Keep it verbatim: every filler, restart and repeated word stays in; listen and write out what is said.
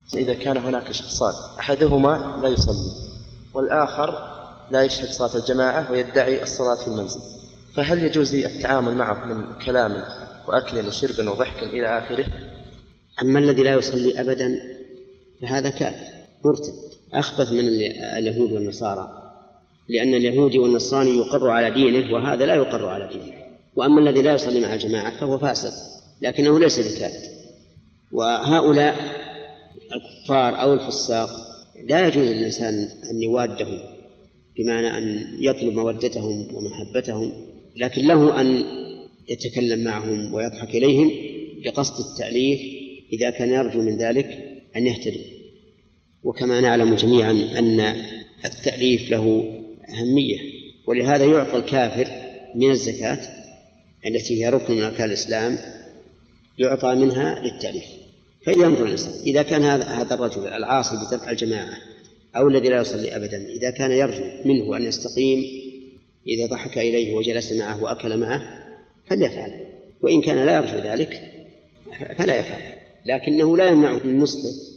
إذا كان هناك شخصان أحدهما لا يصلي والآخر لا يشهد صلاة الجماعة ويدعي الصلاة في المنزل، فهل يجوز التعامل معه من كلام وأكل وشرب وضحك إلى آخره؟ أما الذي لا يصلي أبدا فهذا كافر مرتد أخبث من اليهود والنصارى، لأن اليهودي والنصراني يقر على دينه وهذا لا يقر على دينه. وأما الذي لا يصلي مع الجماعة فهو فاسق لكنه ليس بكافر. وهؤلاء الكفار أو الفساق لا يجوز للإنسان أن يوادهم بمعنى أن يطلب مودتهم ومحبتهم، لكن له أن يتكلم معهم ويضحك إليهم بقصد التأليف إذا كان يرجو من ذلك أن يهتدوا. وكما نعلم جميعا أن التأليف له أهمية، ولهذا يعطى الكافر من الزكاة التي هي ركن من أركان الإسلام يعطى منها للتأليف. فينظر الإنسان إذا كان هذا الرجل العاصي بترك الجماعة أو الذي لا يصلي أبدا إذا كان يرجو منه أن يستقيم إذا ضحك إليه وجلس معه وأكل معه فليفعل، وإن كان لا يرجو ذلك فلا يفعل، لكنه لا يمنعه من نصحه